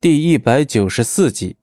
第194集。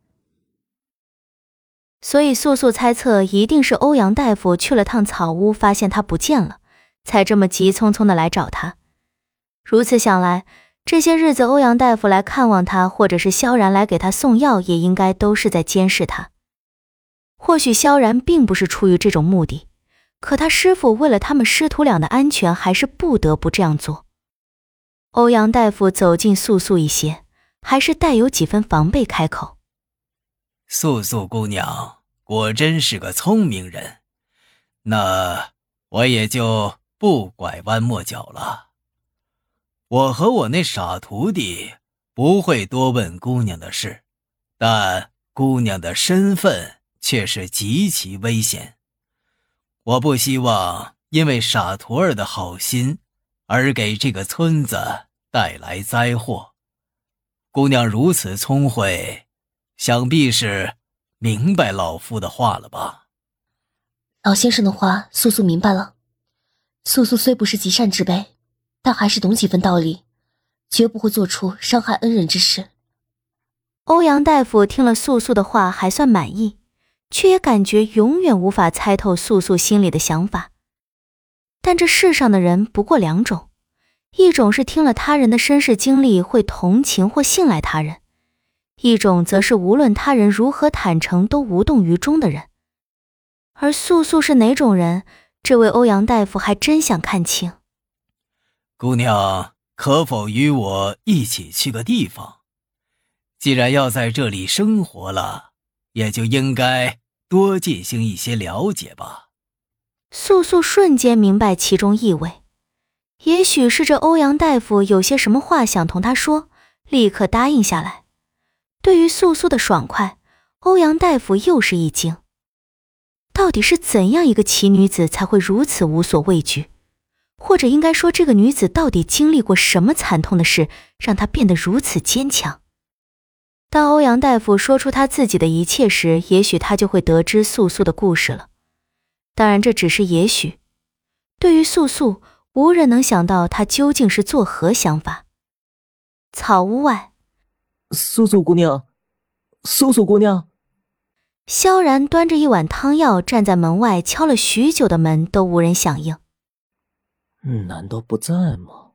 所以素素猜测一定是欧阳大夫去了趟草屋，发现他不见了，才这么急匆匆的来找他。如此想来，这些日子欧阳大夫来看望他，或者是萧然来给他送药，也应该都是在监视他。或许萧然并不是出于这种目的，可他师父为了他们师徒俩的安全，还是不得不这样做。欧阳大夫走近素素一些，还是带有几分防备开口： 素素姑娘果真是个聪明人，那我也就不拐弯抹角了。我和我那傻徒弟不会多问姑娘的事，但姑娘的身份却是极其危险。我不希望因为傻徒儿的好心而给这个村子带来灾祸。姑娘如此聪慧，想必是明白老夫的话了吧？ 老先生的话，素素明白了。素素虽不是极善之辈，但还是懂几分道理，绝不会做出伤害恩人之事。 欧阳大夫听了素素的话还算满意，却也感觉永远无法猜透素素心里的想法。但这世上的人不过两种，一种是听了他人的身世经历会同情或信赖他人，一种则是无论他人如何坦诚都无动于衷的人。而素素是哪种人，这位欧阳大夫还真想看清。 姑娘可否与我一起去个地方？既然要在这里生活了，也就应该多进行一些了解吧。 素素瞬间明白其中意味，也许是这欧阳大夫有些什么话想同他说，立刻答应下来。对于素素的爽快，欧阳大夫又是一惊。到底是怎样一个奇女子才会如此无所畏惧？或者应该说，这个女子到底经历过什么惨痛的事，让她变得如此坚强？当欧阳大夫说出他自己的一切时，也许他就会得知素素的故事了。当然这只是也许，对于素素，无人能想到她究竟是作何想法。草屋外， 素素姑娘，素素姑娘。 萧然端着一碗汤药站在门外，敲了许久的门都无人响应。 难道不在吗？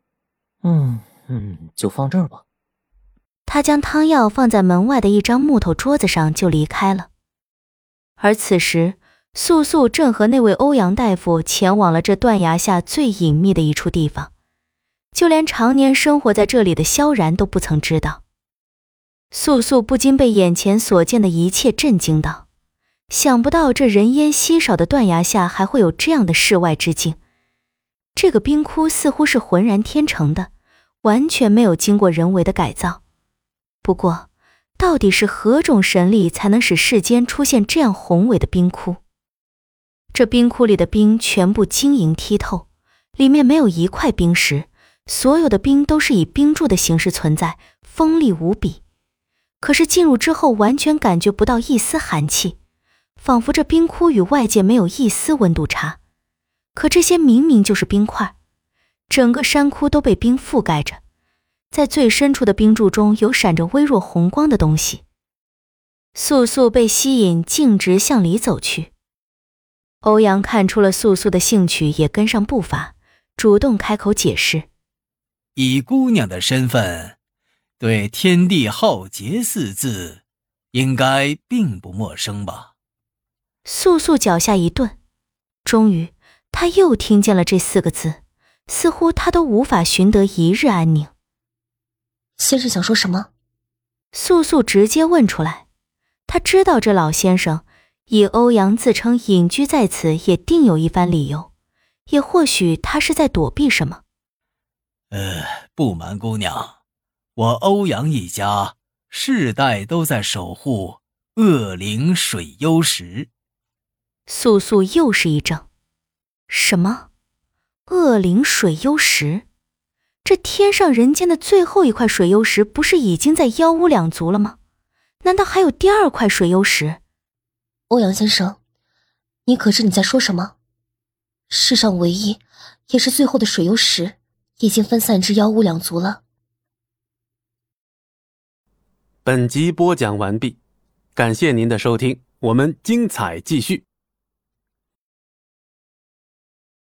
就放这儿吧。 他将汤药放在门外的一张木头桌子上就离开了。而此时素素正和那位欧阳大夫前往了这断崖下最隐秘的一处地方，就连常年生活在这里的萧然都不曾知道。素素不禁被眼前所见的一切震惊到，想不到这人烟稀少的断崖下还会有这样的世外之境。这个冰窟似乎是浑然天成的，完全没有经过人为的改造。不过，到底是何种神力才能使世间出现这样宏伟的冰窟？这冰窟里的冰全部晶莹剔透，里面没有一块冰石，所有的冰都是以冰柱的形式存在，锋利无比。可是进入之后完全感觉不到一丝寒气，仿佛这冰窟与外界没有一丝温度差。可这些明明就是冰块，整个山窟都被冰覆盖着，在最深处的冰柱中有闪着微弱红光的东西。素素被吸引，径直向里走去。欧阳看出了素素的兴趣，也跟上步伐，主动开口解释： 以姑娘的身份，对天地浩劫四字应该并不陌生吧？ 素素脚下一顿，终于她又听见了这4个字，似乎她都无法寻得一日安宁。 先生想说什么？ 素素直接问出来。她知道这老先生以欧阳自称隐居在此，也定有一番理由，也或许他是在躲避什么。 不瞒姑娘，我欧阳一家世代都在守护恶灵水幽石。 素素又是一怔，什么？恶灵水幽石？这天上人间的最后一块水幽石不是已经在妖巫两族了吗？难道还有第2块水幽石？ 欧阳先生，你可知你在说什么？世上唯一也是最后的水幽石已经分散至妖巫两族了。 本集播讲完毕，感谢您的收听，我们精彩继续。